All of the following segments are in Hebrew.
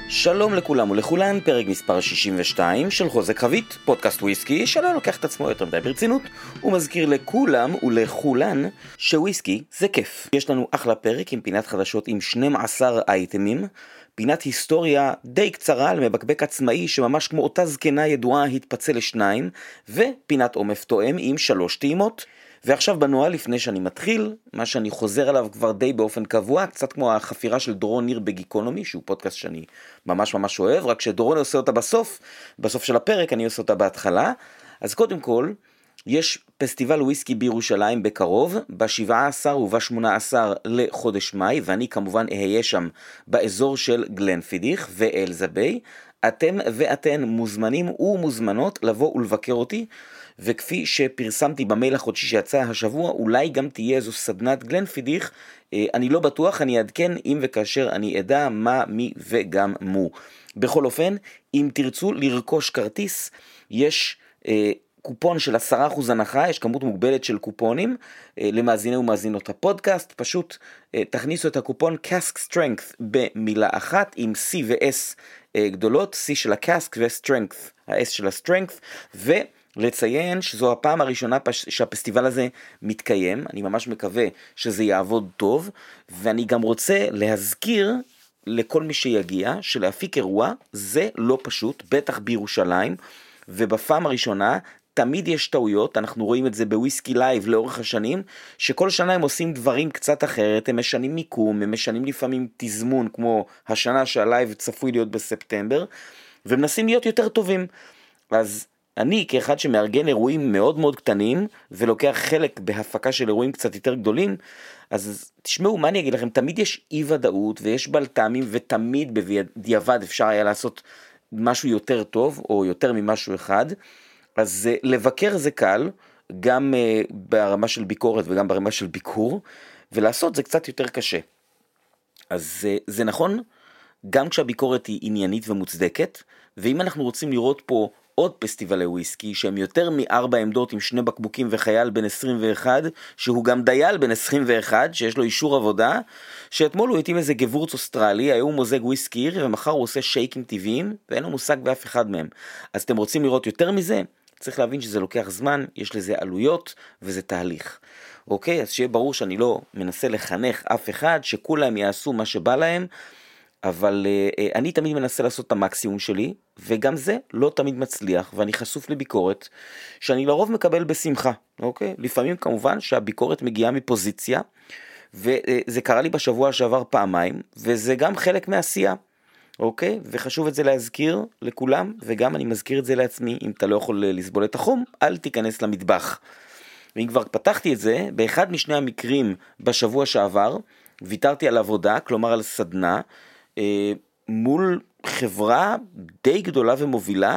שלום לכולם ולכולן, פרק מספר 62 של חוזק חבית, פודקאסט וויסקי שלא לוקח את עצמו יותר מדי ברצינות, ומזכיר לכולם ולכולן שוויסקי זה כיף. יש לנו אחלה פרק עם פינת חדשות עם 12 אייטמים, פינת היסטוריה די קצרה על מבקבק עצמאי שממש כמו אותה זקנה ידועה התפצל לשניים, ופינת עומף תואם עם 3 טעימות. ועכשיו בנועה, לפני שאני מתחיל, מה שאני חוזר עליו כבר די באופן קבוע, קצת כמו החפירה של דורון ניר בגיקונומי, שהוא פודקאסט שאני ממש אוהב, רק שדורון עושה אותה בסוף של הפרק, אני עושה אותה בהתחלה. אז קודם כל, יש פסטיבל וויסקי בירושלים בקרוב, ב-17 וב-18 לחודש מאי, ואני כמובן אהיה שם באזור של גלנפידיך ואלזבי. אתם ואתן מוזמנים ומוזמנות לבוא ולבקר אותי, וכפי שפרסמתי במייל החודשי שיצא השבוע, אולי גם תהיה איזו סדנת גלנפידיך, אני לא בטוח, אני אעדכן אם וכאשר אני אדע מה, מי וגם מו. בכל אופן, אם תרצו לרכוש כרטיס, יש קופון של 10% הנחה, יש כמות מוגבלת של קופונים למאזיני ומאזינות הפודקאסט, פשוט תכניסו את הקופון Cask Strength במילה אחת, עם C ו-S גדולות, C של הקאסק ו-Strength, ה-S של ה-Strength, ולציין שזו הפעם הראשונה שהפסטיבל הזה מתקיים. אני ממש מקווה שזה יעבוד טוב, ואני גם רוצה להזכיר לכל מי שיגיע שלהפיק אירוע זה לא פשוט, בטח בירושלים, ובפעם הראשונה תמיד יש טעויות. אנחנו רואים את זה בוויסקי לייב לאורך השנים, שכל שנה הם עושים דברים קצת אחרת, הם משנים מיקום, הם משנים לפעמים תזמון, כמו השנה שהלייב צפוי להיות בספטמבר, ומנסים להיות יותר טובים. אז אני כאחד שמארגן אירועים מאוד קטנים, ולוקח חלק בהפקה של אירועים קצת יותר גדולים, אז תשמעו, מה אני אגיד לכם, תמיד יש אי ודאות, ויש בלטמים, ותמיד בדיעבד אפשר היה לעשות משהו יותר טוב, או יותר ממשהו אחד. אז לבקר זה קל, גם ברמה של ביקורת וגם ברמה של ביקור, ולעשות זה קצת יותר קשה. אז זה נכון, גם כשהביקורת היא עניינית ומוצדקת, ואם אנחנו רוצים לראות פה עוד פסטיבלי וויסקי, שהם יותר מ4 עמדות עם 2 בקבוקים וחייל בן 21, שהוא גם דייל בן 21, שיש לו אישור עבודה, שאתמול הוא התאים איזה גבורץ אוסטרלי, היום הוא מוזג וויסקי אירי, ומחר הוא עושה שייקים טבעיים, ואין לו מושג באף אחד מהם. אז אתם רוצים לראות יותר מזה? צריך להבין שזה לוקח זמן, יש לזה עלויות, וזה תהליך. אוקיי, אז שיהיה ברור שאני לא מנסה לחנך אף אחד, שכולם יעשו מה שבא להם, אבל אני תמיד מנסה לעשות את המקסימום שלי, וגם זה לא תמיד מצליח, ואני חשוף לביקורת, שאני לרוב מקבל בשמחה, אוקיי? לפעמים כמובן שהביקורת מגיעה מפוזיציה, וזה קרה לי בשבוע שעבר פעמיים, וזה גם חלק מעשייה, אוקיי? וחשוב את זה להזכיר לכולם, וגם אני מזכיר את זה לעצמי, אם אתה לא יכול לסבול את החום, אל תיכנס למטבח. ואם כבר פתחתי את זה, באחד משני המקרים בשבוע שעבר, ויתרתי על עבודה, כלומר על סדנה, מול חברה די גדולה ומובילה,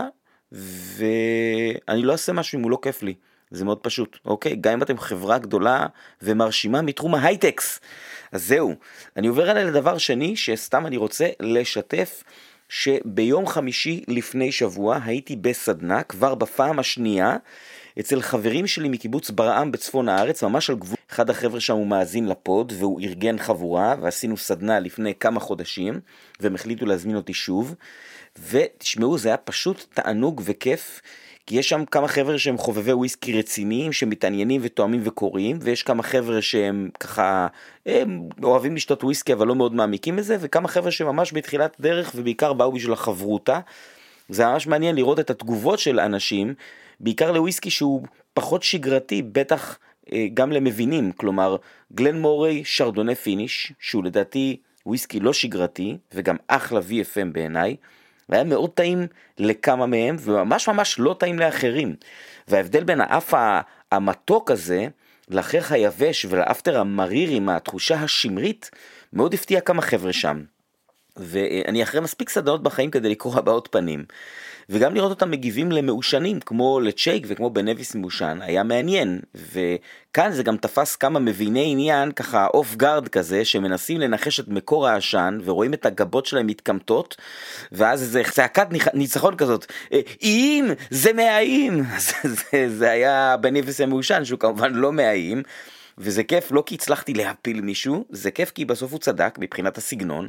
ואני לא אעשה משהו אם הוא לא כיף לי. זה מאוד פשוט, אוקיי? גם אם אתם חברה גדולה ומרשימה מתחום ההייטקס. אז זהו, אני עובר על הדבר שני, שסתם אני רוצה לשתף, שביום חמישי לפני שבוע הייתי בסדנה, כבר בפעם השנייה, אצל חברים שלי מקיבוץ ברעם בצפון הארץ, ממש על גבול. אחד החבר'ה שם הוא מאזין לפוד, והוא ארגן חבורה, ועשינו סדנה לפני כמה חודשים, והם החליטו להזמין אותי שוב, ותשמעו, זה היה פשוט תענוג וכיף, כי יש שם כמה חבר'ה שהם חובבי וויסקי רציניים, שמתעניינים ותואמים וקוראים, ויש כמה חבר'ה שהם ככה, הם אוהבים לשתות וויסקי, אבל לא מאוד מעמיקים בזה, וכמה חבר'ה שממש בתחילת דרך, ובעיקר באו בשביל החברותה. זה ממש מעניין לראות את התגובות של אנשים, בעיקר לוויסקי שהוא פחות שגרתי, בטח גם למבינים, כלומר, גלן מורי שרדונה פיניש, שהוא לדעתי וויסקי לא שגרתי, וגם אחלה VFM בעיניי, והיה מאוד טעים לכמה מהם, וממש לא טעים לאחרים. וההבדל בין האף המתוק הזה, לאחר היבש ולאפטר המריר עם התחושה השמרית, מאוד הפתיע כמה חבר'ה שם. ואני אחרי מספיק סדנות בחיים כדי לקרוא הבאות פנים, וגם לראות אותם מגיבים למאושנים, כמו לצ'ייק וכמו בנביס מאושן, היה מעניין, וכאן זה גם תפס כמה מביני עניין, ככה אוף גארד כזה, שמנסים לנחש את מקור העשן, ורואים את הגבות שלהם מתקמטות, ואז איזה צעקת ניצחון כזאת, אם זה מאיים, זה היה בנביס מאושן, שהוא כמובן לא מאיים, וזה כיף לא כי הצלחתי להפיל מישהו, זה כיף כי בסוף הוא צדק מבחינת הסגנון,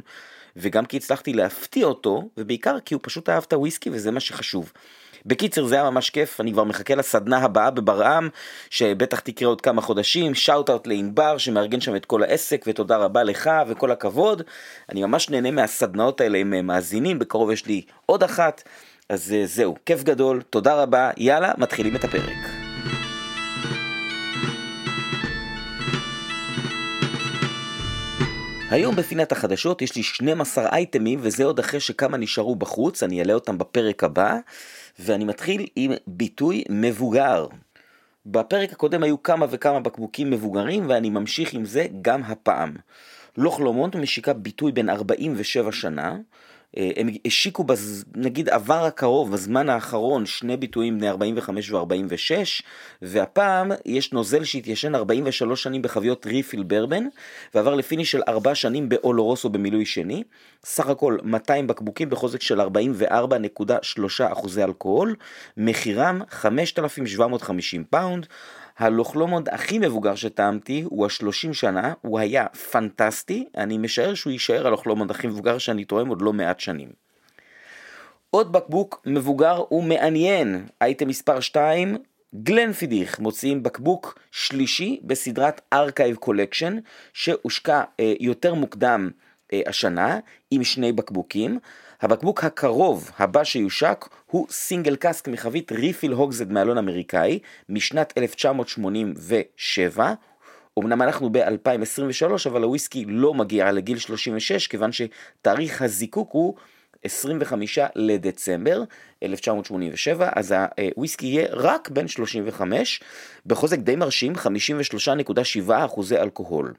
וגם כי הצלחתי להפתיע אותו, ובעיקר כי הוא פשוט אהב את הוויסקי וזה מה שחשוב. בקיצר, זה היה ממש כיף, אני כבר מחכה לסדנה הבאה בברעם, שבטח תקרה עוד כמה חודשים. שאוט אאוט לענבר שמארגן שם את כל העסק, ותודה רבה לך וכל הכבוד. אני ממש נהנה מהסדנאות האלה עם מאזינים, בקרוב יש לי עוד אחת. אז זהו, כיף גדול, תודה רבה, יאללה, מתחילים את הפרק. היום בפינת החדשות יש לי 12 אייטמים, וזה עוד אחרי שכמה נשארו בחוץ, אני אעלה אותם בפרק הבא, ואני מתחיל עם ביטוי מבוגר. בפרק הקודם היו כמה וכמה בקבוקים מבוגרים, ואני ממשיך עם זה גם הפעם. לוך לומונד משיקה ביטוי בין 47 שנה, הם השיקו נגיד עבר הקרוב, בזמן האחרון, שני ביטויים בני 45 ו-46, והפעם יש נוזל שהתיישן 43 שנים בחביות ריפיל ברבן, ועבר לפיניש של 4 שנים באולורוסו במילוי שני, סך הכל 200 בקבוקים בחוזק של 44.3% אלכוהול, מחירם 5,750 פאונד, הלוך לומונד הכי מבוגר שטעמתי הוא ה-30 שנה, הוא היה פנטסטי, אני משער שהוא יישאר הלוך לומונד הכי מבוגר שאני טועם עוד לא מעט שנים. עוד בקבוק מבוגר ומעניין, אייטם מספר 2, גלנפידיך, מוציאים בקבוק שלישי בסדרת ארכייב קולקשן, שהושקע יותר מוקדם השנה, עם 2 בקבוקים. הבקבוק הקרוב הבא שיושק הוא סינגל קאסק מחבית ריפיל הוגזד מאלון אמריקאי משנת 1987. אמנם אנחנו ב-2023, אבל הוויסקי לא מגיע לגיל 36, כיוון שתאריך הזיקוק הוא 25 לדצמבר 1987, אז הוויסקי יהיה רק בין 35, בחוזק די מרשים, 53.7% אלכוהול.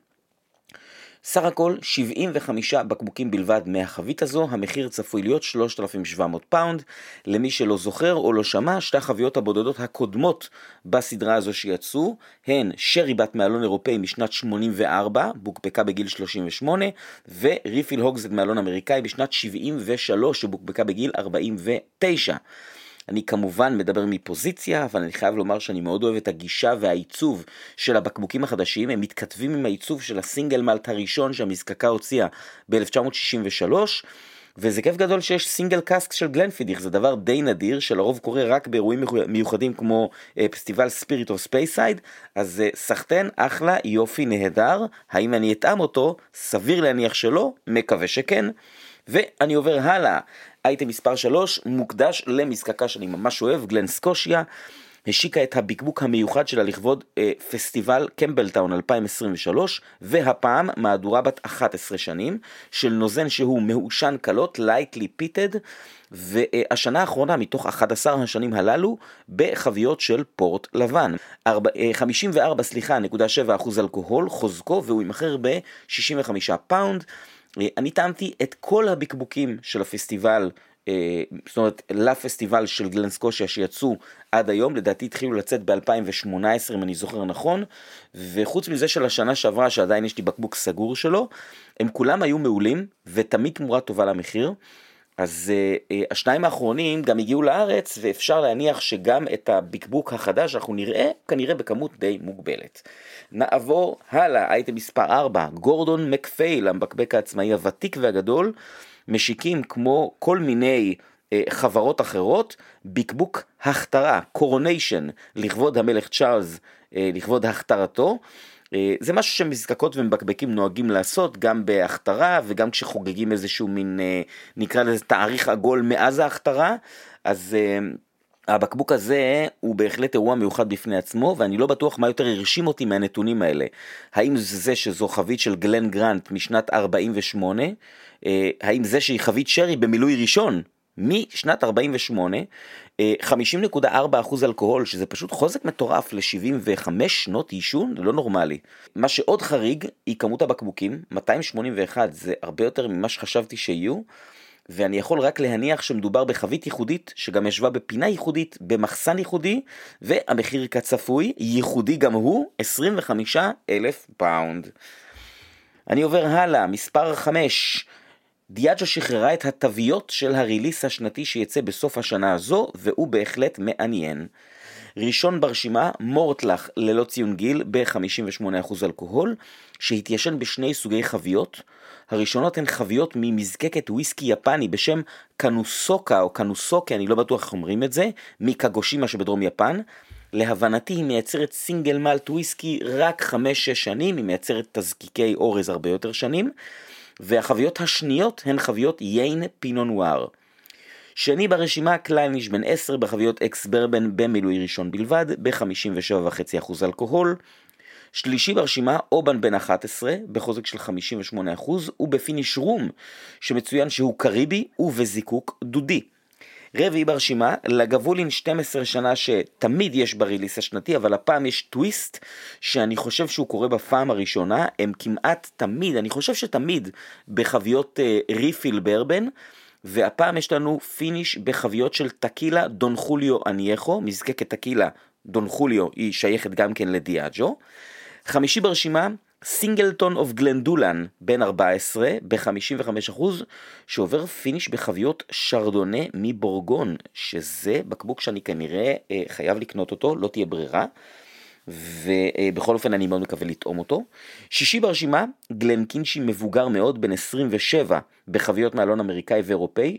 סך הכל 75 בקבוקים בלבד מהחבית הזו, המחיר צפוי להיות 3,700 פאונד. למי שלא זוכר או לא שמע, שתי החביות הבודדות הקודמות בסדרה הזו שיצאו, הן שרי בת מאלון אירופאי משנת 84, בוקבקה בגיל 38, וריפיל הוגזד מאלון אמריקאי בשנת 73, שבוקבקה בגיל 49. אני כמובן מדבר מפוזיציה, אבל אני חייב לומר שאני מאוד אוהב את הגישה והעיצוב של הבקבוקים החדשים. הם מתכתבים עם העיצוב של הסינגל מלט הראשון שהמזקקה הוציאה ב-1963, וזה כיף גדול שיש סינגל קאסק של גלנפידיך, זה דבר די נדיר, שלרוב קורה רק באירועים מיוחדים כמו פסטיבל ספיריט אוף ספייסייד, אז סחטן, אחלה, יופי, נהדר. האם אני אטעם אותו? סביר להניח שלא, מקווה שכן. ואני עובר הלאה. אייטם מספר 3 מוקדש למזקקה שאני ממש אוהב, גלן סקושיה, השיקה את הבקבוק המיוחד שלה לכבוד פסטיבל קמבלטאון 2023, והפעם מהדורה בת 11 שנים של נוזן שהוא מעושן קלות, lightly pitted, והשנה האחרונה מתוך 11 השנים הללו בחביות של פורט לבן. 54.7% אלכוהול, חוזקו, והוא ימכר ב-65 פאונד. אני טעמתי את כל הבקבוקים של הפסטיבל, זאת אומרת לפסטיבל של גלן סקושיה שיצאו עד היום, לדעתי התחילו לצאת ב-2018 אם אני זוכר נכון, וחוץ מזה של השנה שעברה שעדיין יש לי בקבוק סגור שלו, הם כולם היו מעולים ותמיד תמורה טובה למחיר. אז השניים האחרונים גם הגיעו לארץ, ואפשר להניח שגם את הבקבוק החדש אנחנו נראה כנראה בכמות די מוגבלת. נעבור הלאה, אייטם מספר 4, גורדון מקפייל, המבקבק העצמאי הוותיק והגדול, משיקים כמו כל מיני חברות אחרות, בקבוק הכתרה, קורוניישן, לכבוד המלך צ'ארלס, לכבוד הכתרתו. זה משהו שמזקקות ומבקבקים נוהגים לעשות גם בהכתרה וגם כשחוגגים איזשהו מין, נקרא לזה תאריך עגול מאז ההכתרה. אז הבקבוק הזה הוא בהחלט אירוע מיוחד בפני עצמו, ואני לא בטוח מה יותר הרשים אותי מהנתונים האלה. האם זה שזו חבית של גלן גרנט משנת 48, האם זה שהיא חבית שרי במילוי ראשון משנת 48, 50.4% אלכוהול, שזה פשוט חוזק מטורף ל-75 שנות עישון, לא נורמלי. מה שעוד חריג היא כמות הבקבוקים, 281, זה הרבה יותר ממה שחשבתי שיהיו, ואני יכול רק להניח שמדובר בחבית ייחודית, שגם ישבה בפינה ייחודית, במחסן ייחודי, והמחיר כצפוי, ייחודי גם הוא, 25,000 פאונד. אני עובר הלאה, מספר 5, דיאג'ו שחררה את התוויות של הריליס השנתי שיצא בסוף השנה הזו, והוא בהחלט מעניין. ראשון ברשימה, מורטלח ללא ציון גיל ב-58% אלכוהול, שהתיישן בשני סוגי חביות. הראשונות הן חביות ממזקקת וויסקי יפני בשם קנוסוקה או קנוסוקה, אני לא בטוח איך אומרים את זה, מקגושימה שבדרום יפן. להבנתי היא מייצרת סינגל מלט וויסקי רק 5-6 שנים, היא מייצרת תזקיקי אורז הרבה יותר שנים, והחביות השניות הן חביות יין פינו נואר. שני ברשימה, קלייניש בן 10 בחביות אקס ברבן במילוי ראשון בלבד, ב-57.5% אלכוהול. שלישי ברשימה, אובן בן 11 בחוזק של 58% ובפיניש רום, שמצוין שהוא קריבי ובזיקוק דודי. רביעי ברשימה, לגבולין 12 שנה שתמיד יש בריליס השנתי, אבל הפעם יש טוויסט שאני חושב שהוא קורה בפעם הראשונה, הם כמעט תמיד, אני חושב שתמיד בחביות ריפיל ברבן, והפעם יש לנו פיניש בחביות של טקילה דון חוליו אנייחו, מזקקת טקילה דון חוליו היא שייכת גם כן לדיאג'ו. חמישי ברשימה, סינגלטון אוף גלנדולן בן 14 ב-55%, שעובר פיניש בחביות שרדונה מבורגון, שזה בקבוק שאני כנראה חייב לקנות אותו, לא תהיה ברירה, ובכל אופן אני מאוד מקווה לטעום אותו. שישי ברשימה, גלנקינצ'י מבוגר מאוד בן 27 בחביות מאלון אמריקאי ואירופאי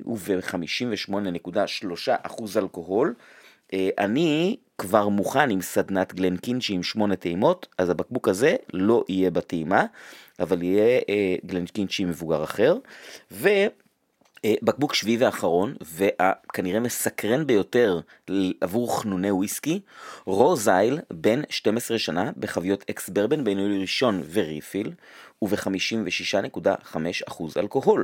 וב-58.3% אלכוהול. אני כבר מוכן עם סדנת גלנקינצ'י עם 8 טעימות, אז הבקבוק הזה לא יהיה בטעימה, אבל יהיה גלנקינצ'י מבוגר אחר. ובקבוק שביעי ואחרון, וכנראה מסקרן ביותר עבור חנוני וויסקי, רוזייל בן 12 שנה בחביות אקס ברבן בינוני ראשון וריפיל, וב-56.5% אלכוהול.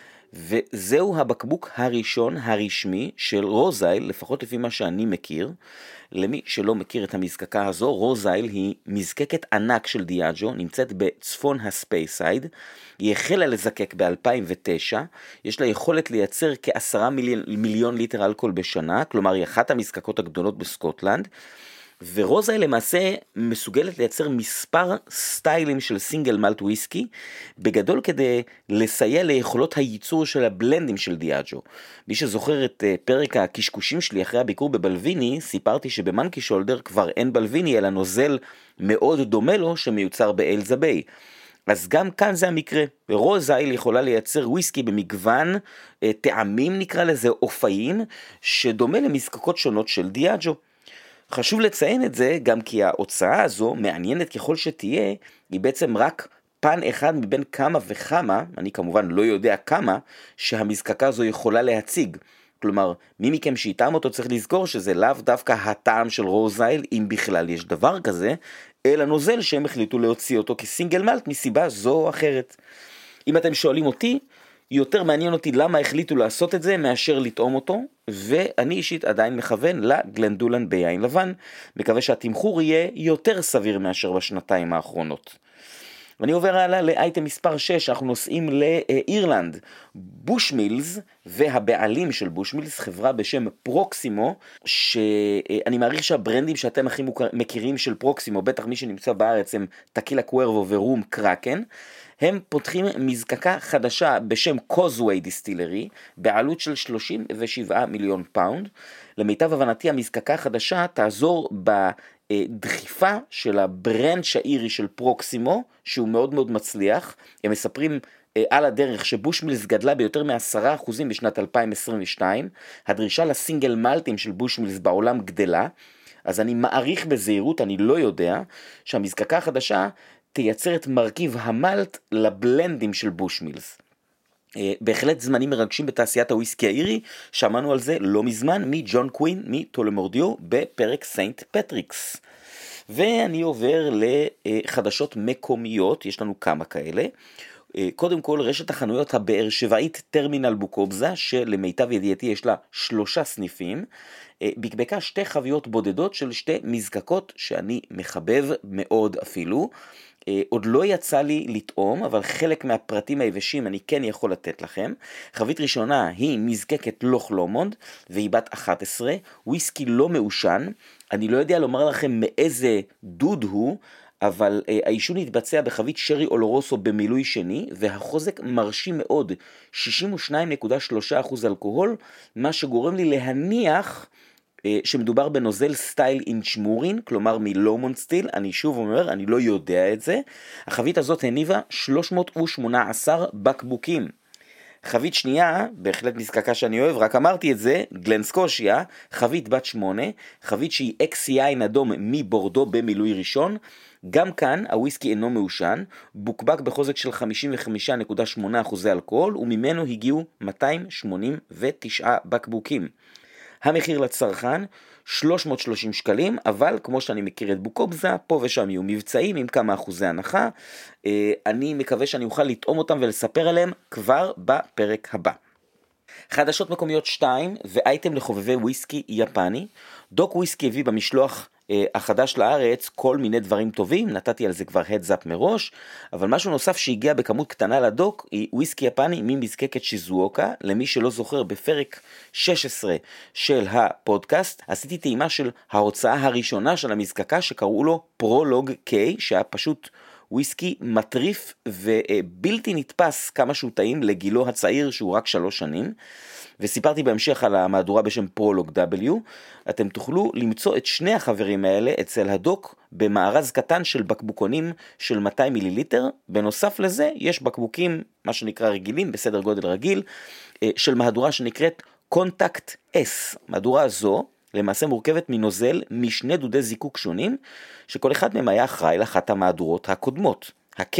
וזהו הבקבוק הראשון הרשמי של רוזייל, לפחות לפי מה שאני מכיר. למי שלא מכיר את המזקקה הזו, רוזייל היא מזקקת ענק של דיאג'ו, נמצאת בצפון הספייסייד, היא החלה לזקק ב-2009, יש לה יכולת לייצר כ10 מיליון ליטר אלכוהול בשנה, כלומר היא אחת המזקקות הגדולות בסקוטלנד, ורוזייל למעשה מסוגלת לייצר מספר סטיילים של סינגל מלט וויסקי, בגדול כדי לסייע ליכולות הייצור של הבלנדים של דיאג'ו. מי שזוכר את פרק הקשקושים שלי אחרי הביקור בבלוויני, סיפרתי שבמנקי שולדר כבר אין בלוויני, אלא נוזל מאוד דומה לו שמיוצר באלזה ביי. אז גם כאן זה המקרה, ורוזייל יכולה לייצר וויסקי במגוון טעמים נקרא לזה אופיים, שדומה למזקקות שונות של דיאג'ו. חשוב לציין את זה גם כי ההוצאה הזו, מעניינת ככל שתהיה, היא בעצם רק פן אחד מבין כמה וכמה, אני כמובן לא יודע כמה, שהמזקקה הזו יכולה להציג. כלומר, מי מכם שיטעם אותו צריך לזכור שזה לאו דווקא הטעם של רוזייל, אם בכלל יש דבר כזה, אלא נוזל שהם החליטו להוציא אותו כסינגל מלט מסיבה זו או אחרת. אם אתם שואלים אותי, יותר מעניין אותי למה החליטו לעשות את זה מאשר לטעום אותו, ואני אישית עדיין מכוון לגלנדולן ביין לבן, מקווה שהתמחור יהיה יותר סביר מאשר בשנתיים האחרונות. ואני עובר הלאה לאייטם מספר 6, אנחנו נוסעים לאירלנד. בושמילס והבעלים של בושמילס, חברה בשם פרוקסימו, שאני מעריך שהברנדים שאתם הכי מכירים של פרוקסימו, בטח מי שנמצא בארץ הם טקילה קוורבו ורום קרקן, הם פותחים מזקקה חדשה בשם קוזווי דיסטילרי, בעלות של 37 מיליון פאונד. למיטב הבנתי המזקקה החדשה תעזור בדחיפה של הברנץ' האירי של פרוקסימו, שהוא מאוד מאוד מצליח. הם מספרים על הדרך שבושמילס גדלה ביותר מ10% בשנת 2022, הדרישה לסינגל מלטים של בושמילס בעולם גדלה, אז אני מעריך בזהירות, אני לא יודע, שהמזקקה החדשה תייצר את מרכיב המלט לבלנדים של בושמילס. בהחלט זמנים מרגשים בתעשיית הוויסקי האירי, שמענו על זה לא מזמן מג'ון קווין מטולמורדיו בפרק סנט פטריקס. ואני עובר לחדשות מקומיות, יש לנו כמה כאלה. קודם כל רשת החנויות הבאר שבעית טרמינל בוקובזה, שלמיטב ידיעתי יש לה 3 סניפים, בקבקה 2 חביות בודדות של 2 מזקקות שאני מחבב מאוד אפילו. עוד לא יצא לי לטעום, אבל חלק מהפרטים היבשים אני כן יכול לתת לכם. חבית ראשונה היא מזקקת לוך לומונד, והיא בת 11, וויסקי לא מעושן. אני לא יודע לומר לכם מאיזה דוד הוא, אבל העישון התבצע בחבית שרי אולורוסו במילוי שני, והחוזק מרשים מאוד, 62.3% אלכוהול, מה שגורם לי להניח שמדובר בנוזל סטייל אינצ'מורין, כלומר מלומונד סטיל. אני שוב אומר, אני לא יודע את זה. החבית הזאת הניבה 318 בקבוקים. חבית שנייה, בהחלט מזקקה שאני אוהב, רק אמרתי את זה, גלן סקושיה, חבית בת 8, חבית שהיא אקס יין אדום מבורדו במילוי ראשון. גם כאן הוויסקי אינו מעושן, בוקבק בחוזק של 55.8% אלכוהול, וממנו הגיעו 289 בקבוקים. המחיר לצרכן 330 שקלים, אבל כמו שאני מכיר את בוקובזה, פה ושם יהיו מבצעים עם כמה אחוזי הנחה. אני מקווה שאני אוכל לטעום אותם ולספר עליהם כבר בפרק הבא. חדשות מקומיות 2 ואייטם לחובבי וויסקי יפני. דוק וויסקי הביא במשלוח החדש לארץ כל מיני דברים טובים, נתתי על זה כבר heads up מראש, אבל משהו נוסף שהגיע בכמות קטנה לדוק היא וויסקי יפני ממזקקת שיזואוקה. למי שלא זוכר, בפרק 16 של הפודקאסט עשיתי טעימה של ההוצאה הראשונה של המזקקה שקראו לו פרולוג קיי, שהיה פשוט וויסקי מטריף ובלתי נתפס כמה שהוא טעים לגילו הצעיר שהוא רק 3 שנים. וסיפרתי בהמשך על המהדורה בשם פרולוג W. אתם תוכלו למצוא את שני החברים האלה אצל הדוק במארז קטן של בקבוקונים של 200 מיליליטר. בנוסף לזה יש בקבוקים, מה שנקרא רגילים, בסדר גודל רגיל, של מהדורה שנקראת קונטקט S. מהדורה זו למעשה מורכבת מנוזל משני דודי זיקוק שונים, שכל אחד מהם היה אחראי לאחת המהדורות הקודמות. ה-K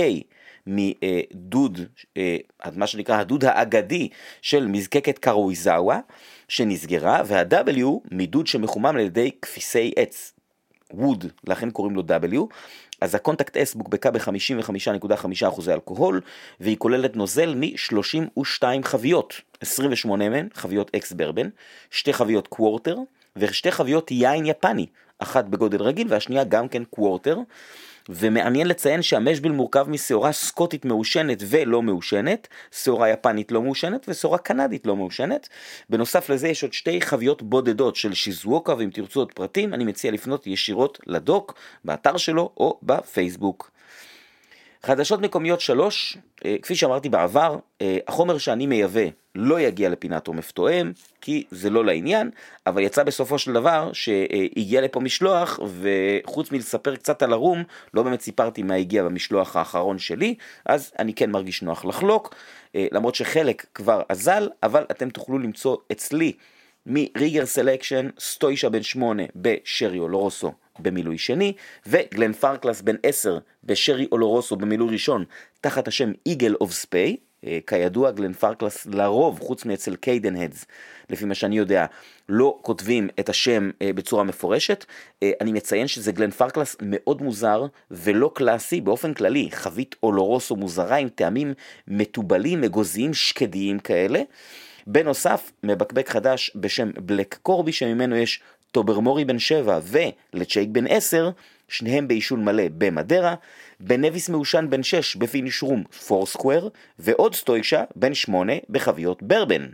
מדוד, מה שנקרא הדוד האגדי של מזקקת קרואיזאווה שנסגרה, וה-W מדוד שמחומם על ידי כפיסי עץ, ווד, לכן קוראים לו W. אז הקונטקט S בוקבקה ב-55.5% אלכוהול, והיא כוללת נוזל מ-32 חביות, 28 מהן חביות אקס ברבן, 2 חביות קוורטר, ו2 חביות יין יפני, אחת בגודל רגיל והשנייה גם כן קוורטר. ומעניין לציין שהמשביל מורכב מסעורה סקוטית מעושנת ולא מעושנת, סעורה יפנית לא מעושנת וסעורה קנדית לא מעושנת. בנוסף לזה יש עוד 2 חביות בודדות של שיזואוקה, ואם תרצו עוד פרטים אני מציע לפנות ישירות לדוק באתר שלו או בפייסבוק. חדשות מקומיות 3, כפי שאמרתי בעבר, החומר שאני מייבא לא יגיע לפינת עומף תואם, כי זה לא לעניין, אבל יצא בסופו של דבר שהגיע לפה משלוח, וחוץ מלספר קצת על הרום, לא באמת סיפרתי מה הגיע במשלוח האחרון שלי, אז אני כן מרגיש נוח לחלוק, למרות שחלק כבר אזל, אבל אתם תוכלו למצוא אצלי מריגר סלקשן, סטוישה בן 8 בשרי אולורוסו במילוי שני, וגלן פרקלס בן 10 בשרי אולורוסו במילוי ראשון, תחת השם איגל אוף ספיי. כידוע גלן פרקלס לרוב, חוץ מאצל קיידן הדס, לפי מה שאני יודע, לא כותבים את השם בצורה מפורשת. אני מציין שזה גלן פרקלס מאוד מוזר ולא קלאסי באופן כללי, חבית אולורוסו מוזרה עם טעמים מטובלים, מגוזיים, שקדיים כאלה. בנוסף, מבקבק חדש בשם בלק קורבי, שממנו יש טוברמורי בן 7 ולצ'ייק בן 10, שניהם באישון מלא במדרה, בנביס מעושן בן 6 בפיניש רום פורסקוור, ועוד סטוישה בן 8 בחביות ברבן.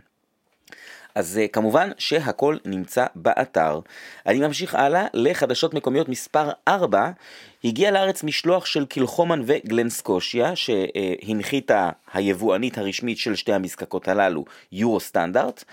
אז כמובן שהכל נמצא באתר. אני ממשיך הלאה לחדשות מקומיות מספר 4. הגיע לארץ משלוח של קילחומן וגלן סקושיה, שהנחיתה היבואנית הרשמית של שתי המזקקות הללו, יורו סטנדרט,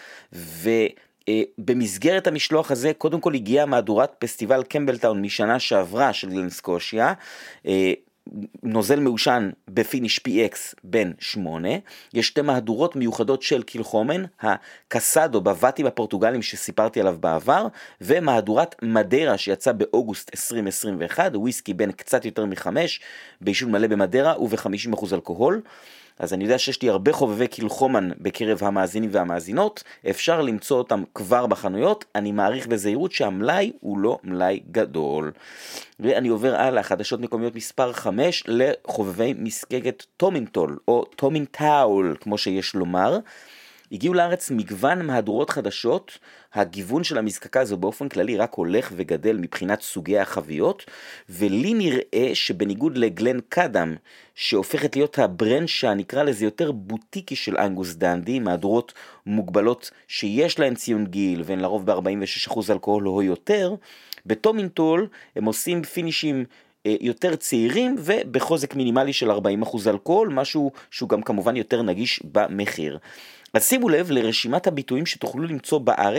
במסגרת המשלוח הזה קודם כל הגיעה מהדורת פסטיבל קמבלטאון משנה שעברה של גלן סקושיה, נוזל מעושן בפיניש PX בן 8, יש 2 מהדורות מיוחדות של קילחומן, הקסדו בוואטים הפורטוגלים שסיפרתי עליו בעבר, ומהדורת מדרה שיצא באוגוסט 2021, וויסקי בן קצת יותר מ5, באישון מלא במדרה וב-50% אלכוהול. אז אני יודע שיש לי הרבה חובבי קילחומן בקרב המאזינים והמאזינות, אפשר למצוא אותם כבר בחנויות, אני מעריך בזהירות שהמלאי הוא לא מלאי גדול. ואני עובר הלאה, חדשות מקומיות מספר 5 לחובבי מזקקת טומינטול, או טומינטאול, כמו שיש לומר. הגיעו לארץ מגוון מהדורות חדשות, הגיוון של המזקקה הזו באופן כללי רק הולך וגדל מבחינת סוגי החביות, ולי נראה שבניגוד לגלן קאדם, שהופכת להיות הברנד שנקרא לזה יותר בוטיקי של אנגוס דנדי, מהדורות מוגבלות שיש להן ציון גיל, והן לרוב ב-46% אלכוהול או יותר, בטומינטול הם עושים פינישים יותר צעירים ובחוזק מינימלי של 40% אלכוהול, משהו שהוא גם כמובן יותר נגיש במחיר. אז שימו לב לרשימת הביטויים שתוכלו למצוא בארץ,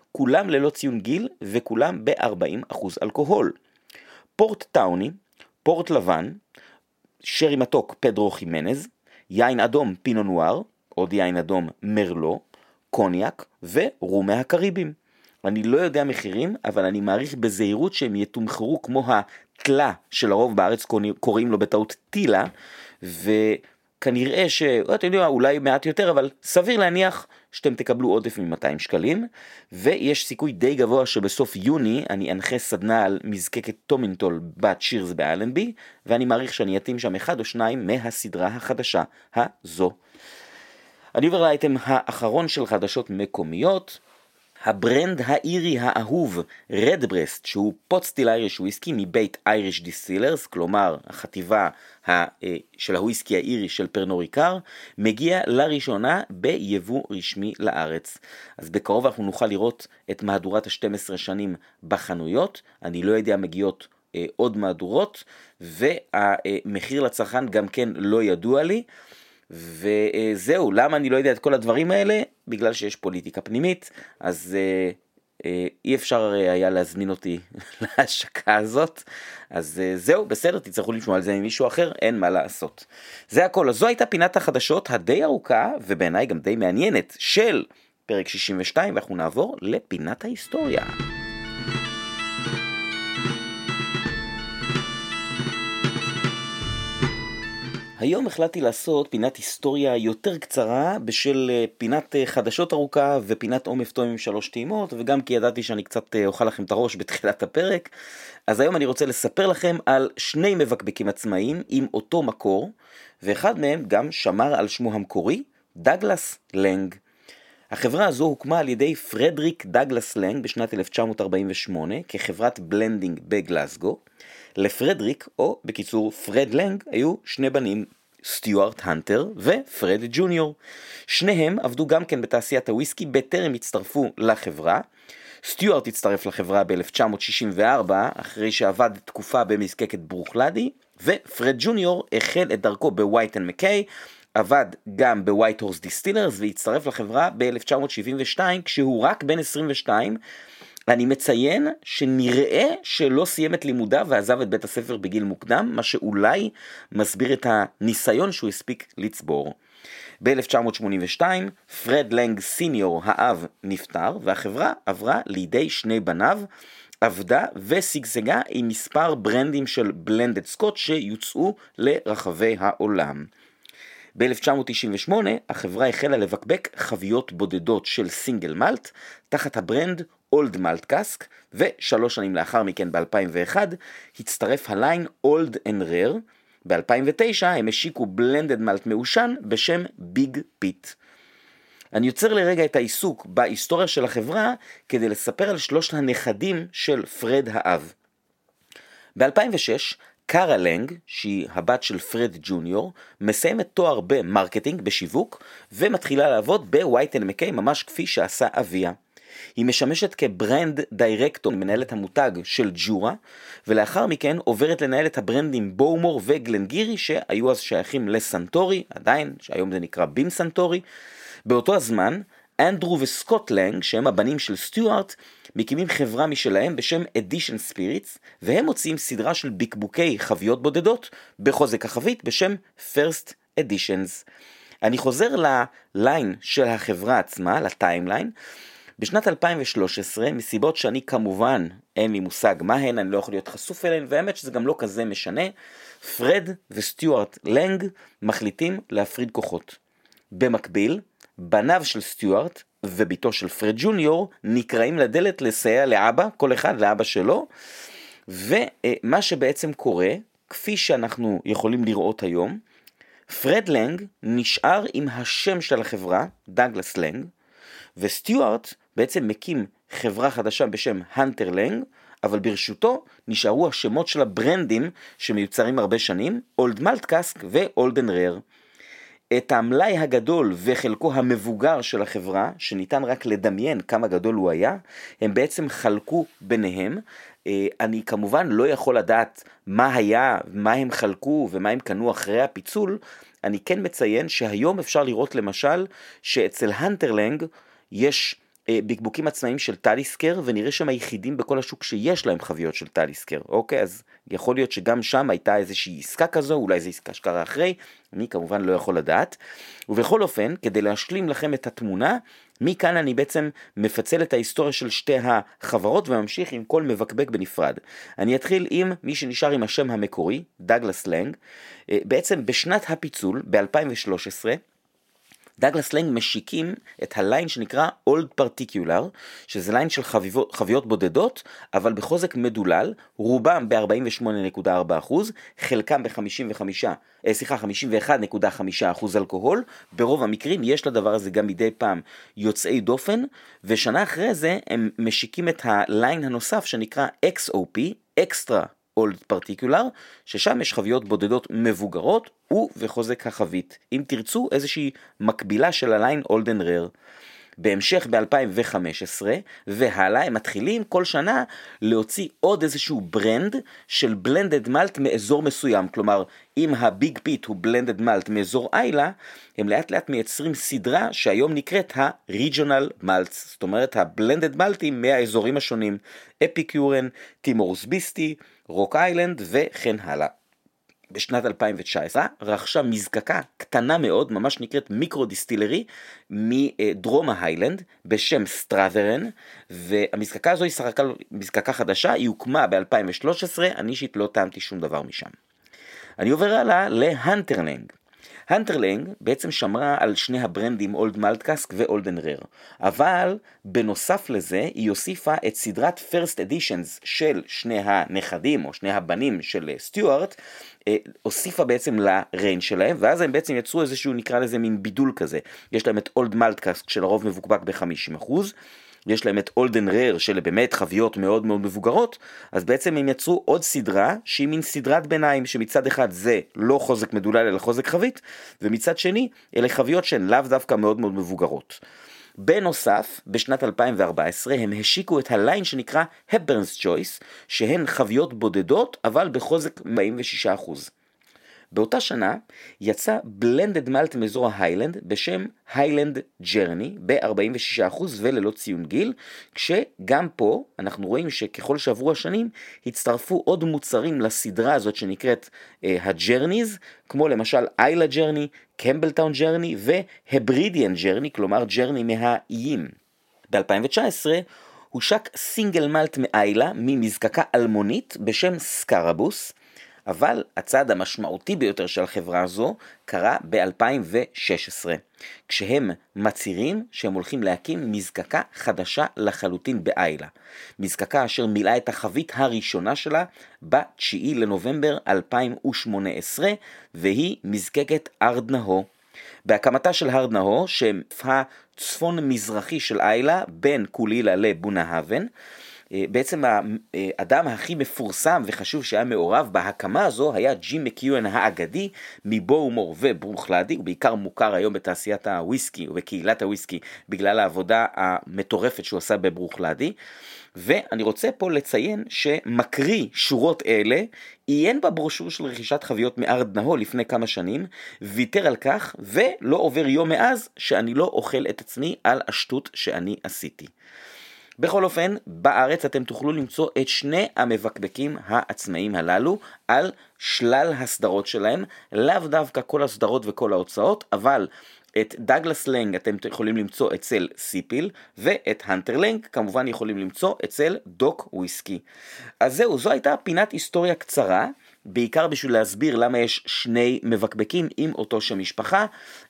כולם ללא ציון גיל וכולם ב-40% אלכוהול. פורט טאוני, פורט לבן, שרי מתוק פדרו חימנז, יין אדום פינו נואר, עוד יין אדום מרלו, קוניאק ורומי הקריבים. אני לא יודע מחירים, אבל אני מעריך בזהירות שהם יתומחרו כמו התלה שלרוב בארץ קוראים לו בטעות טילה, וכנראה אתם יודעים, אולי מעט יותר, אבל סביר להניח שאתם תקבלו עודף מ-200 שקלים, ויש סיכוי די גבוה שבסוף יוני אני אנחה סדנה על מזקקת טומינטול בת שירס באלנבי, ואני מעריך שאני אתים שם אחד או שניים מהסדרה החדשה הזו. אני עובר לאייטם האחרון של חדשות מקומיות. הברנד האירי האהוב רדברסט, שהוא פוט סטיל אייריש וויסקי מבית אייריש דיסטילרס, כלומר החטיבה של הוויסקי האירי של פרנור ריקארד, מגיע לראשונה ביבוא רשמי לארץ. אז בקרוב אנחנו נוכל לראות את מהדורת ה-12 שנים בחנויות. אני לא יודע, מגיעות עוד מהדורות, והמחיר לצרכן גם כן לא ידוע לי. וזהו, למה אני לא יודע את כל הדברים האלה? בגלל שיש פוליטיקה פנימית, אז אי אפשר היה להזמין אותי להשקה הזאת. אז זהו, בסדר, תצטרכו לשמוע על זה ממישהו אחר, אין מה לעשות. זה הכל. אז זו הייתה פינת החדשות הדי ארוכה, ובעיניי גם די מעניינת, של פרק 62, ואנחנו נעבור לפינת ההיסטוריה. היום החלטתי לעשות פינת היסטוריה יותר קצרה בשל פינת חדשות ארוכה ופינת עומף טוב עם 3 טעימות, וגם כי ידעתי שאני קצת אוכל לכם את הראש בתחילת הפרק. אז היום אני רוצה לספר לכם על 2 מבקבקים עצמאיים עם אותו מקור, ואחד מהם גם שמר על שמו המקורי, דאגלס לנג. החברה הזו הוקמה על ידי פרדריק דאגלס לנג בשנת 1948 כחברת בלנדינג בגלסגו. לפרדריק, או בקיצור פרד לנג, היו 2 בנים, סטיוארט הנטר ופרד ג'וניור. שניהם עבדו גם כן בתעשיית הוויסקי בטרם הצטרפו לחברה. סטיוארט הצטרף לחברה ב-1964 אחרי שעבד תקופה במזקקת ברוקלדי, ופרד ג'וניור החל את דרכו בווייט אנד מקיי, עבד גם בווייט הורס דיסטילרס והצטרף לחברה ב-1972 כשהוא רק בן 22. אני מציין שנראה שלא סיים את לימודיו ועזב את בית הספר בגיל מוקדם, מה שאולי מסביר את הניסיון שהוא הספיק לצבור. ב-1982 פרד לנג סיניור האב נפטר, והחברה עברה לידי 2 בניו, עבדה וסגסגה עם מספר ברנדים של בלנדד סקוט שיוצאו לרחבי העולם. ב-1998 החברה החלה לבקבק חביות בודדות של סינגל מלט תחת הברנד אולד מלט קאסק, ו3 שנים לאחר מכן ב-2001 הצטרף הליין אולד אנד רר. ב-2009 הם השיקו בלנדד מלט מעושן בשם ביג פיט. אני יוצר לרגע את העיסוק בהיסטוריה של החברה כדי לספר על 3 הנכדים של פרד האב. ב-2006 קארה לנג, שהיא הבת של פרד ג'וניור, מסיימת תואר במרקטינג, בשיווק, ומתחילה לעבוד בווייט אנד מקיי ממש כפי שעשה אביה. היא משמשת כברנד דירקטור, מנהלת המותג של ג'ורה, ולאחר מכן עוברת לנהל את הברנדים בואומור וגלנגירי, שהיו אז שייכים לסנטורי, עדיין, שהיום זה נקרא בים סנטורי. באותו הזמן, אנדרו וסקוט לנג, שהם הבנים של סטיוארט, מקימים חברה משלהם בשם Edition Spirits, והם מוציאים סדרה של בקבוקי חביות בודדות בחוזק החבית בשם First Editions. אני חוזר לליין של החברה עצמה, לטיימליין. בשנת 2013, מסיבות שאני כמובן אין לי מושג מה הן, אני לא יכול להיות חשוף אליהן, והאמת שזה גם לא כזה משנה, פרד וסטיוארט לנג מחליטים להפריד כוחות. במקביל, בניו של סטיוארט וביתו של פרד ג'וניור נקראים לדלת לסייע לאבא, כל אחד לאבא שלו, ומה שבעצם קורה, כפי שאנחנו יכולים לראות היום, פרד לנג נשאר עם השם של החברה, דאגלס לנג, וסטיוארט בעצם מקים חברה חדשה בשם הנטר לנג, אבל ברשותו נשארו השמות של הברנדים שמיוצרים הרבה שנים, אולד מלט קאסק ואולד אנד רר. את המלאי הגדול וחלקו המבוגר של החברה, שניתן רק לדמיין כמה גדול הוא היה, הם בעצם חלקו ביניהם. אני כמובן לא יכול לדעת מה היה, מה הם חלקו ומה הם קנו אחרי הפיצול. אני כן מציין שהיום אפשר לראות למשל שאצל הנטר לנג יש בקבוקים עצמאיים של טליסקר, ונראה שהם היחידים בכל השוק שיש להם חביות של טליסקר. אוקיי, אז יכול להיות שגם שם הייתה איזושהי עסקה כזו, אולי זו עסקה שקרה אחרי, אני כמובן לא יכול לדעת. ובכל אופן, כדי להשלים לכם את התמונה, מכאן אני בעצם מפצל את ההיסטוריה של שתי החברות וממשיך עם כל מבקבק בנפרד. אני אתחיל עם מי שנשאר עם השם המקורי, דאגלס לנג. בעצם בשנת הפיצול, ב-2013, דאגלס לנג משיקים את הליין שנקרא Old Particular, שזה ליין של חביות בודדות, אבל בחוזק מדולל, רובם ב-48.4%, חלקם ב-51.5% אלכוהול, ברוב המקרים יש לדבר הזה גם מדי פעם יוצאי דופן, ושנה אחרי זה הם משיקים את הליין הנוסף שנקרא XOP, Extra Old Particular, ששם יש חביות בודדות מבוגרות ובחוזק החבית. אם תרצו איזושהי מקבילה של הליין Old and Rare. בהמשך ב-2015 והלאה הם מתחילים כל שנה להוציא עוד איזשהו ברנד של בלנדד מלט מאזור מסוים. כלומר, אם הביג פיט הוא בלנדד מלט מאזור איילה, הם לאט לאט מייצרים סדרה שהיום נקראת ה-Regional Malts. זאת אומרת, הבלנדד מלטים מהאזורים השונים. אפיקיורן, טימורס ביסטי, רוק איילנד וכן הלאה. בשנת 2019 רכשה מזקקה קטנה מאוד, ממש נקראת מיקרו דיסטילרי, מדרום ההיילנד בשם סטראברן, והמזקקה הזו היא מזקקה חדשה, היא הוקמה ב-2013, אני אישית לא טעמתי שום דבר משם. אני עובר הלאה להנטרלנג. הנטרלנג בעצם שמרה על שני הברנדים אולד מלטקאסק ואולד אנד רר, אבל בנוסף לזה היא הוסיפה את סדרת First Editions של שני הנכדים או שני הבנים של סטיוארט, הוסיפה בעצם לריין שלהם, ואז הם בעצם יצרו איזשהו, נקרא לזה מין בידול כזה. יש להם את אולד מלטקאסק שלרוב מבוקבק ב-50%, יש להם את אולד אנד רר של באמת חביות מאוד מאוד מבוגרות, אז בעצם הם יצרו עוד סדרה שהיא מין סדרת ביניים, שמצד אחד זה לא חוזק מדולל אלא חוזק חבית, ומצד שני אלה חביות שהן לאו דווקא מאוד מאוד מבוגרות. בנוסף, בשנת 2014 הם השיקו את הליין שנקרא Hepburn's Choice, שהן חביות בודדות אבל בחוזק 46%. באותה שנה יצא בלנדד מלט מאזור ההיילנד בשם היילנד ג'רני ב-46% וללא ציון גיל, כשגם פה אנחנו רואים שככל שעברו השנים הצטרפו עוד מוצרים לסדרה הזאת שנקראת הג'רניז, כמו למשל איילה ג'רני, קמבלטאון ג'רני והברידיאן ג'רני, כלומר ג'רני מהאיים. ב-2019 הושק סינגל מלט מאיילה ממזקקה אלמונית בשם סקרבוס, אבל הצעד המשמעותי ביותר של החברה הזו קרה ב-2016, כשהם מצהירים שהם הולכים להקים מזקקה חדשה לחלוטין באיילה. מזקקה אשר מילאה את החבית הראשונה שלה ב-9 לנובמבר 2018, והיא מזקקת ארדנהו. בהקמתה של ארדנהו, שהצפון מזרחי של איילה בין קולילה לבונה-האבן, בעצם האדם הכי מפורסם וחשוב שהיה מעורב בהקמה הזו היה ג'ים מקיואן האגדי מבואומור וברוכלדי, הוא בעיקר מוכר היום בתעשיית הוויסקי ובקהילת הוויסקי בגלל העבודה המטורפת שהוא עשה בברוכלדי. ואני רוצה פה לציין שמקריא שורות אלה עיין בברושור של רכישת חביות מארדנהו לפני כמה שנים, ויתר על כך ולא עובר יום מאז שאני לא אוכל את עצמי על השטות שאני עשיתי. בכל אופן, בארץ אתם תוכלו למצוא את שני המבקבקים העצמאיים הללו על שלל הסדרות שלהם, לאו דווקא כל הסדרות וכל ההוצאות, אבל את דאגלס לנג אתם יכולים למצוא אצל סיפיל, ואת הנטרלנג כמובן יכולים למצוא אצל דוק וויסקי. אז זהו, זו הייתה פינת היסטוריה קצרה, בעיקר בשביל להסביר למה יש שני מבקבקים עם אותו שם משפחה,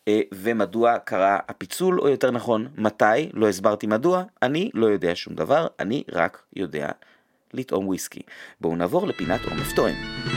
ומדוע קרה הפיצול, או יותר נכון, מתי, לא הסברתי מדוע, אני לא יודע שום דבר, אני רק יודע לטעום וויסקי. בואו נעבור לפינת עומף תואם.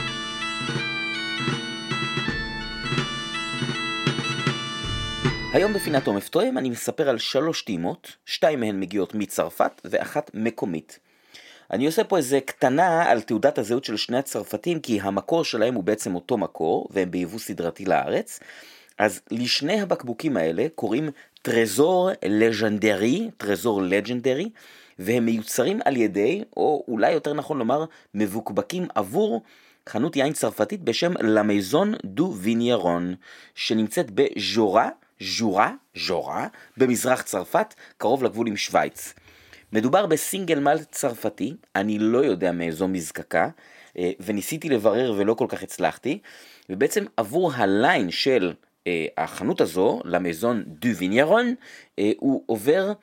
היום בפינת עומף תואם אני מספר על 3 טעימות, 2 מהן מגיעות מצרפת ואחת מקומית. אני עושה פה איזה קטנה על תעודת הזהות של שני הצרפתים, כי המקור שלהם הוא בעצם אותו מקור, והם ביבוא סדרתי לארץ. אז לשני הבקבוקים האלה קוראים טרזור לג'נדרי, טרזור לג'נדרי, והם מיוצרים על ידי, או אולי יותר נכון לומר, מבוקבקים עבור חנות יין צרפתית בשם La Maison du Vigneron, שנמצאת בז'ורה, ז'ורה, במזרח צרפת, קרוב לגבול עם שוויץ. מדובר בסינגל מלט צרפתי, אני לא יודע מאיזו מזקקה, וניסיתי לברר ולא כל כך הצלחתי, ובעצם עבור הליין של החנות הזו, למזון דו ויניירון, הוא עובר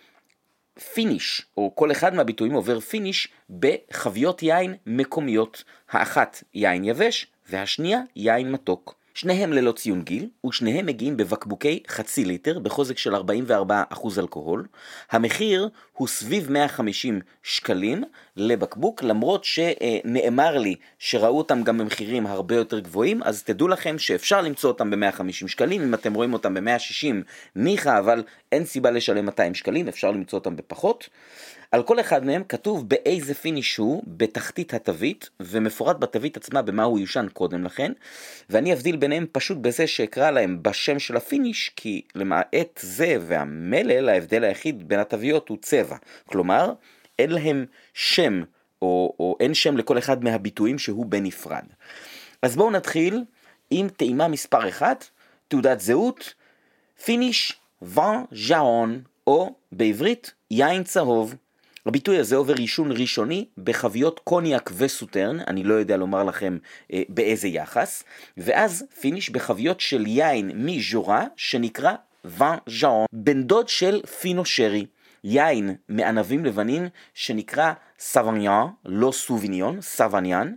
פיניש, או כל אחד מהביטויים עובר פיניש בחביות יין מקומיות, האחת יין יבש והשנייה יין מתוק. שניהם ללא ציון גיל, ושניהם מגיעים בבקבוקי חצי ליטר, בחוזק של 44% אלכוהול. המחיר הוא סביב 150 שקלים לבקבוק, למרות שנאמר לי שראו אותם גם במחירים הרבה יותר גבוהים, אז תדעו לכם שאפשר למצוא אותם ב-150 שקלים, אם אתם רואים אותם ב-160 ניחא, אבל אין סיבה לשלם 200 שקלים, אפשר למצוא אותם בפחות. על כל אחד מהם כתוב באיזה פיניש הוא בתחתית התווית, ומפורט בתווית עצמה במה הוא יושן קודם לכן, ואני אבדיל ביניהם פשוט בזה שאקרא להם בשם של הפיניש, כי למעט זה והמלל, ההבדל היחיד בין התוויות הוא צבע. כלומר, אין להם שם, או אין שם לכל אחד מהביטויים שהוא בנפרד. אז בואו נתחיל עם טעימה מספר 1, תעודת זהות, פיניש וין ז'און, או בעברית יין צהוב. הביטוי הזה עובר עישון ראשוני בחביות קוניאק וסוטרן, אני לא יודע לומר לכם באיזה יחס, ואז פיניש בחביות של יין מז'ורה שנקרא וין ז'און, בן דוד של פינו שרי, יין מענבים לבנים שנקרא סווניאן, לא סוביניון, סווניאן,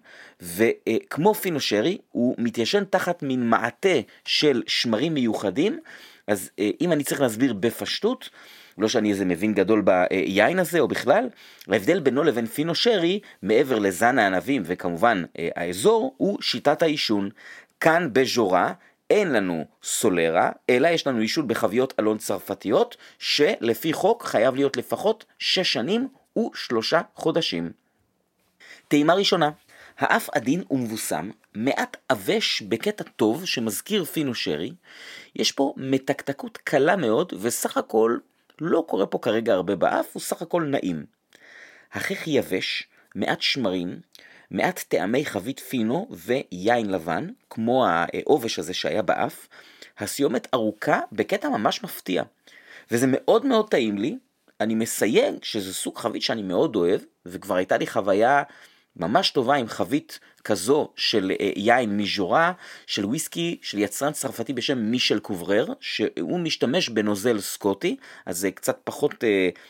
וכמו פינו שרי הוא מתיישן תחת מין מעטה של שמרים מיוחדים. אז אם אני צריך להסביר בפשטות, לא שאני איזה מבין גדול ביין הזה או בכלל, ההבדל בינו לבין פינו שרי, מעבר לזן הענבים וכמובן האזור, הוא שיטת העישון. כאן בז'ורה אין לנו סולרה, אלא יש לנו עישון בחביות אלון צרפתיות, שלפי חוק חייב להיות לפחות 6 שנים ו3 חודשים. טעימה ראשונה, האף עדין ומבוסם, מעט אבש בקטע טוב שמזכיר פינו שרי, יש פה מתקתקות קלה מאוד, וסך הכל לא קורה פה כרגע הרבה באף, הוא סך הכל נעים. הכיך יבש, מעט שמרים, מעט טעמי חבית פינו ויין לבן, כמו העובש הזה שהיה באף. הסיומת ארוכה בקטע ממש מפתיע, וזה מאוד מאוד טעים לי. אני מסייג שזה סוג חבית שאני מאוד אוהב, וכבר הייתה לי חוויה ממש טובה עם חבית כזו של יין מז'ורה, של וויסקי, של יצרן צרפתי בשם מישל קוברר, שהוא משתמש בנוזל סקוטי, אז זה קצת פחות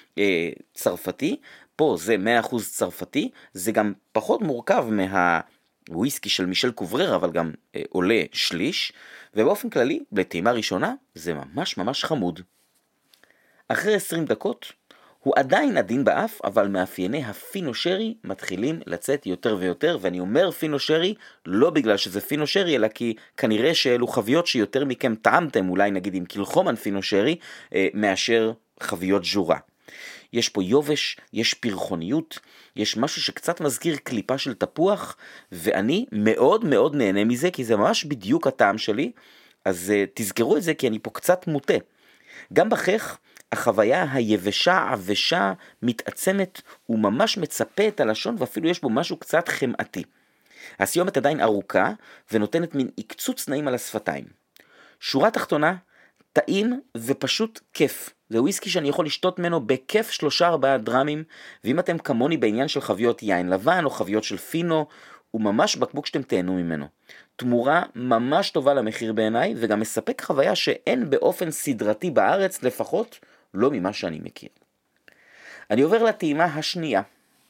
צרפתי. פה זה 100% צרפתי, זה גם פחות מורכב מהוויסקי של מישל קוברר, אבל גם עולה שליש, ובאופן כללי, בטעימה ראשונה, זה ממש ממש חמוד. אחרי 20 דקות, הוא עדיין עדין באף, אבל מאפייני הפינו שרי מתחילים לצאת יותר ויותר, ואני אומר פינו שרי לא בגלל שזה פינו שרי, אלא כי כנראה שאלו חביות שיותר מכם טעמתם, אולי נגיד עם קילחומן פינו שרי, מאשר חביות ז'ורה. יש פה יובש, יש פרחוניות, יש משהו שקצת מזכיר קליפה של תפוח, ואני מאוד מאוד נהנה מזה, כי זה ממש בדיוק הטעם שלי, אז תזכרו את זה כי אני פה קצת מוטה. גם בכך, החוויה היבשה, עבשה, מתעצמת, הוא ממש מצפה את הלשון, ואפילו יש בו משהו קצת חמאתי. הסיומת עדיין ארוכה, ונותנת מין עקצוץ נעים על השפתיים. שורה תחתונה, טעים ופשוט כיף. זה וויסקי שאני יכול לשתות ממנו בכיף 3-4 דרמים, ואם אתם כמוני בעניין של חביות יין לבן, או חביות של פינו, הוא ממש בקבוק שאתם תהנו ממנו. תמורה ממש טובה למחיר בעיניי, וגם מספק חוויה שאין באופן סדרתי בארץ, לפחות לא ממה שאני מכיר. אני עובר לטעימה השנייה.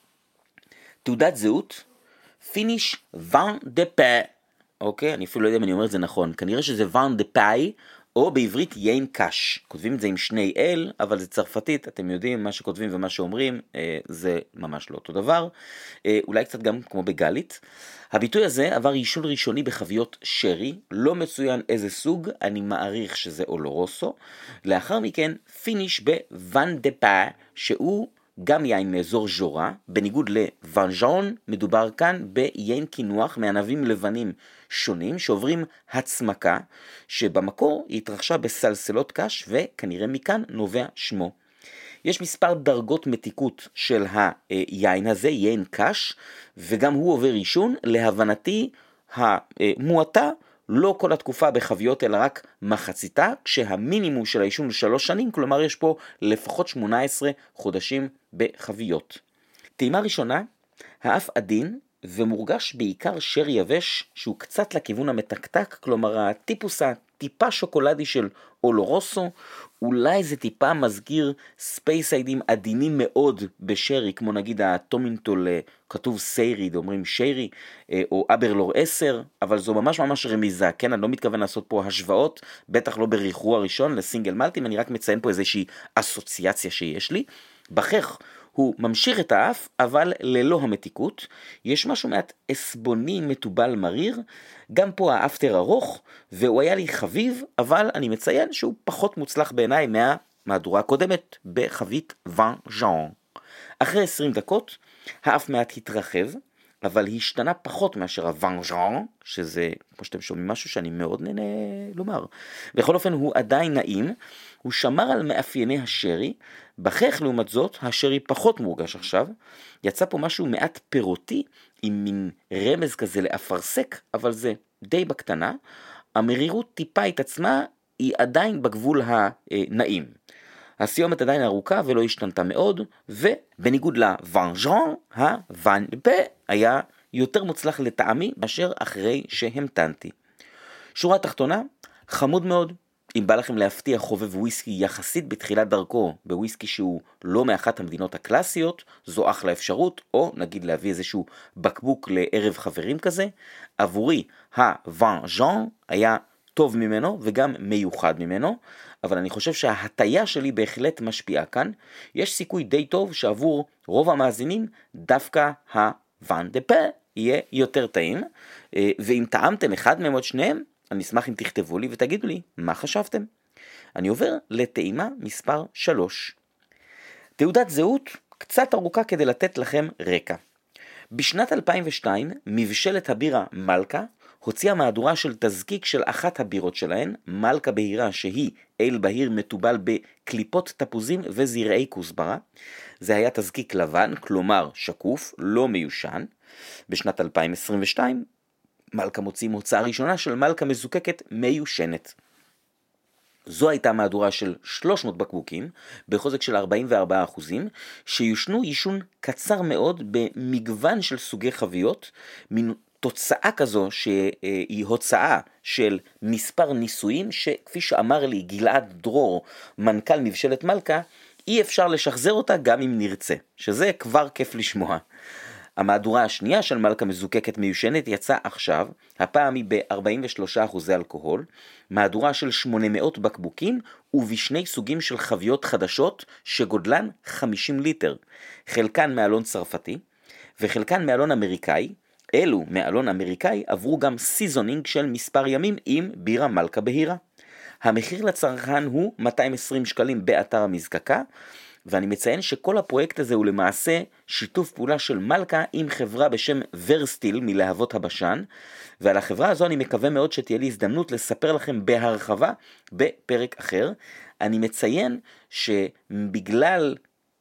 תעודת זהות, פיניש וין דה פא. אוקיי, אני אפילו לא יודע אם אני אומר את זה נכון. כנראה שזה וין דה פאי, או בעברית יין קש. כותבים את זה עם 2 L, אבל זה צרפתית, אתם יודעים, מה שכותבים ומה שאומרים, זה ממש לא אותו דבר. אולי קצת גם כמו בגלית. הביטוי הזה עבר עישון ראשוני בחביות שרי, לא מצוין איזה סוג, אני מעריך שזה אולורוסו. לאחר מכן, פיניש בוין דה פא, שהוא גם יין מאזור ז'ורה, בניגוד לוין ז'און, מדובר כאן ביין קינוח מענבים לבנים שונים, שעוברים הצמקה, שבמקור היא התרחשה בסלסלות קש, וכנראה מכאן נובע שמו. יש מספר דרגות מתיקות של היין הזה, יין קש, וגם הוא עובר עישון, להבנתי המועטה לא כל התקופה בחביות אלא רק מחציתה, כשהמינימום של העישון הוא 3 שנים, כלומר יש פה לפחות 18 חודשים בחביות. טעימה ראשונה, האף עדין ומורגש בעיקר שרי יבש שהוא קצת לכיוון המתקתק, כלומר הטיפוס הטיפה שוקולדי של אולורוסו, אולי זה טיפה מזכיר ספייסיידים עדינים מאוד בשרי, כמו נגיד הטומינטול כתוב סייריד, אומרים שרי, או אברלור 10, אבל זו ממש ממש רמיזה, כן? אני לא מתכוון לעשות פה השוואות, בטח לא בריחור הראשון לסינגל מלטים, אני רק מציין פה איזושהי אסוציאציה שיש לי. בכך הוא ממשיך את האף, אבל ללא המתיקות. יש משהו מעט אסבוני מתובל מריר, גם פה האפטר ארוך, והוא היה לי חביב, אבל אני מציין שהוא פחות מוצלח בעיניי מהמהדורה הקודמת בחבית וין ז'אן. אחרי 20 דקות, האף מעט התרחב, אבל השתנה פחות מאשר הוין ז'אן, שזה, כמו שאתם שומעים, משהו שאני מאוד נהנה לומר. בכל אופן, הוא עדיין נעים, הוא שמר על מאפייני השרי, בכך לעומת זאת, השרי פחות מורגש עכשיו, יצא פה משהו מעט פירותי, עם מין רמז כזה לאפרסק, אבל זה די בקטנה, המרירות טיפה התעצמה, היא עדיין בגבול הנעים. הסיומת עדיין ארוכה ולא השתנתה מאוד, ובניגוד לוין ז'אן, הוין פה היה יותר מוצלח לטעמי מאשר אחרי שהמתנתי. שורה תחתונה, חמוד מאוד. אם בא לכם להפתיע חובב וויסקי יחסית בתחילת דרכו, בוויסקי שהוא לא מאחת המדינות הקלאסיות, זו אחלה אפשרות, או נגיד להביא איזשהו בקבוק לערב חברים כזה. עבורי, הוין ז'אן היה טוב ממנו וגם מיוחד ממנו, אבל אני חושב שההטיה שלי בהחלט משפיעה כאן. יש סיכוי די טוב שעבור רוב המאזינים דווקא הוין דה פה יהיה יותר טעים, ואם טעמתם אחד מהם או שניהם, אני אשמח אם תכתבו לי ותגידו לי מה חשבתם. אני עובר לטעימה מספר 3. תעודת זהות קצת ארוכה כדי לתת לכם רקע. בשנת 2002 מבשלת הבירה מלכה הוציאה מהדורה של תזקיק של אחת הבירות שלהן, מלכה בהירה שהיא אל בהיר מטובל בקליפות תפוזים וזרעי כוסברה. זה היה תזקיק לבן, כלומר שקוף, לא מיושן. בשנת 2022 מלכה מוציאים הוצאה ראשונה של מלכה מזוקקת מיושנת. זו הייתה מהדורה של 300 בקבוקים, בחוזק של 44%, שיושנו יישון קצר מאוד במגוון של סוגי חביות, מין תוצאה כזו שהיא הוצאה של מספר ניסויים, שכפי שאמר לי גלעד דרור, מנכ"ל מבשלת מלכה, אי אפשר לשחזר אותה גם אם נרצה, שזה כבר כיף לשמוע. המהדורה השנייה של מלכה מזוקקת מיושנת יצאה עכשיו, הפעם היא ב-43% אלכוהול, מהדורה של 800 בקבוקים ובשני סוגים של חביות חדשות שגודלן 50 ליטר, חלקן מאלון צרפתי וחלקן מאלון אמריקאי. אלו מאלון אמריקאי עברו גם סיזונינג של מספר ימים עם בירה מלכה בהירה. המחיר לצרכן הוא 220 שקלים באתר המזקקה, ואני מציין שכל הפרויקט הזה הוא למעשה שיתוף פעולה של מלכה עם חברה בשם ורסטיל מלהבות הבשן, ועל החברה הזו אני מקווה מאוד שתהיה לי הזדמנות לספר לכם בהרחבה בפרק אחר. אני מציין שבגלל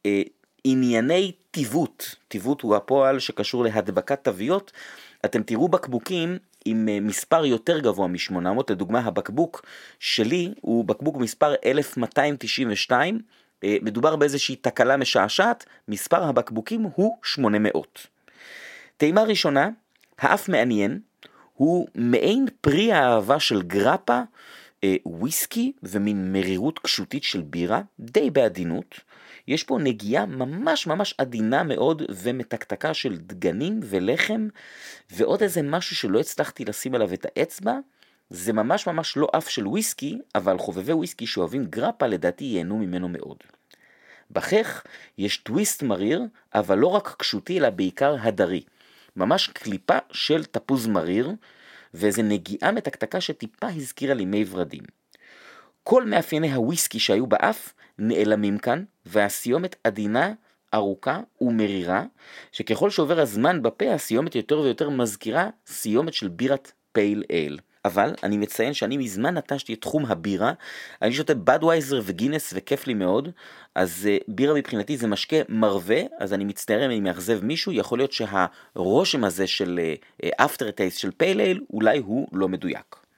ענייני טיוות הוא הפועל שקשור להדבקת תוויות, אתם תראו בקבוקים עם מספר יותר גבוה מ-800, לדוגמה הבקבוק שלי הוא בקבוק מספר 1292, מדובר באיזושהי תקלה משעשעת, מספר הבקבוקים הוא 800. טעימה ראשונה, האף מעניין, הוא מעין פרי האהבה של גרפה, וויסקי ומין מרירות קשותית של בירה, די בעדינות. יש פה נגיעה ממש ממש עדינה מאוד ומתקתקה של דגנים ולחם, ועוד איזה משהו שלא הצלחתי לשים עליו את האצבע. זה ממש ממש לא אף של וויסקי, אבל חובבי וויסקי שאוהבים גרפה לדעתי ייהנו ממנו מאוד. בכך יש טוויסט מריר, אבל לא רק קשותי אלא בעיקר הדרי. ממש קליפה של תפוז מריר, ואיזה נגיעה מתקתקה שטיפה הזכירה לי מי ורדים. כל מאפייני הוויסקי שהיו באף נעלמים כאן, והסיומת עדינה, ארוכה ומרירה, שככל שעובר הזמן בפה הסיומת יותר ויותר מזכירה סיומת של בירת פייל אייל. אבל אני מציין שאני מזמן נטשתי את תחום הבירה, אני שותה בדווייזר וגינס וכיף לי מאוד, אז בירה מבחינתי זה משקה מרווה, אז אני מצטער אם אני מאכזב מישהו, יכול להיות שהרושם הזה של אפטר טייסט של פייל אייל, אולי הוא לא מדויק.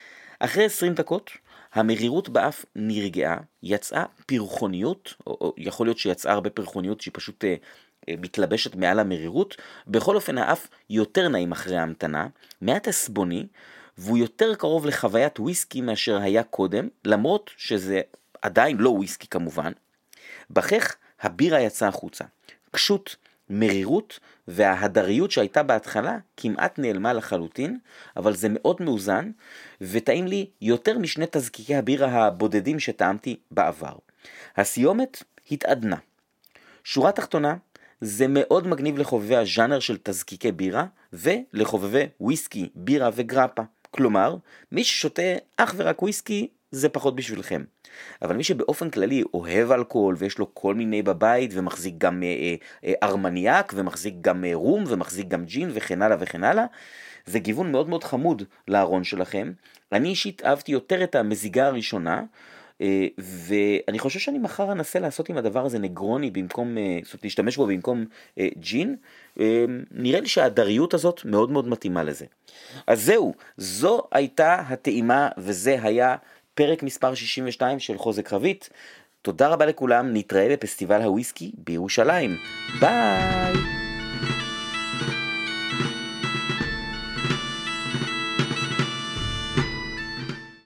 אחרי 20 דקות, המרירות באף נרגעה, יצאה פרחוניות, או יכול להיות שיצאה הרבה פרחוניות שהיא פשוט מתלבשת מעל המרירות. בכל אופן האף יותר נעים אחרי ההמתנה, מעט הסבוני, והוא יותר קרוב לחוויית וויסקי מאשר היה קודם, למרות שזה עדיין לא וויסקי כמובן. בכך הבירה יצאה החוצה. קשות, מרירות וההדריות שהייתה בהתחלה כמעט נעלמה לחלוטין, אבל זה מאוד מאוזן וטעים לי יותר משני תזקיקי הבירה הבודדים שטעמתי בעבר. הסיומת התעדנה. שורה תחתונה, זה מאוד מגניב לחובבי הז'אנר של תזקיקי בירה ולחובבי וויסקי, בירה וגרפה. כלומר, מי ששותה אך ורק וויסקי זה פחות בשבילכם. אבל מי שבאופן כללי אוהב אלכוהול ויש לו כל מיני בבית ומחזיק גם ארמניאק ומחזיק גם רום ומחזיק גם ג'ין וכן הלאה וכן הלאה, זה גיוון מאוד מאוד חמוד לארון שלכם. אני אישית אהבתי יותר את המזיגה הראשונה, ואני חושב שאני מחר אנסה לעשות עם הדבר הזה נגרוני במקום, זאת אומרת, להשתמש בו במקום ג'ין. נראה לי שהדריות הזאת מאוד מאוד מתאימה לזה. אז זהו, זו הייתה הטעימה וזה היה פרק מספר 62 של חוזק חבית. תודה רבה לכולם, נתראה בפסטיבל הוויסקי בירושלים. ביי!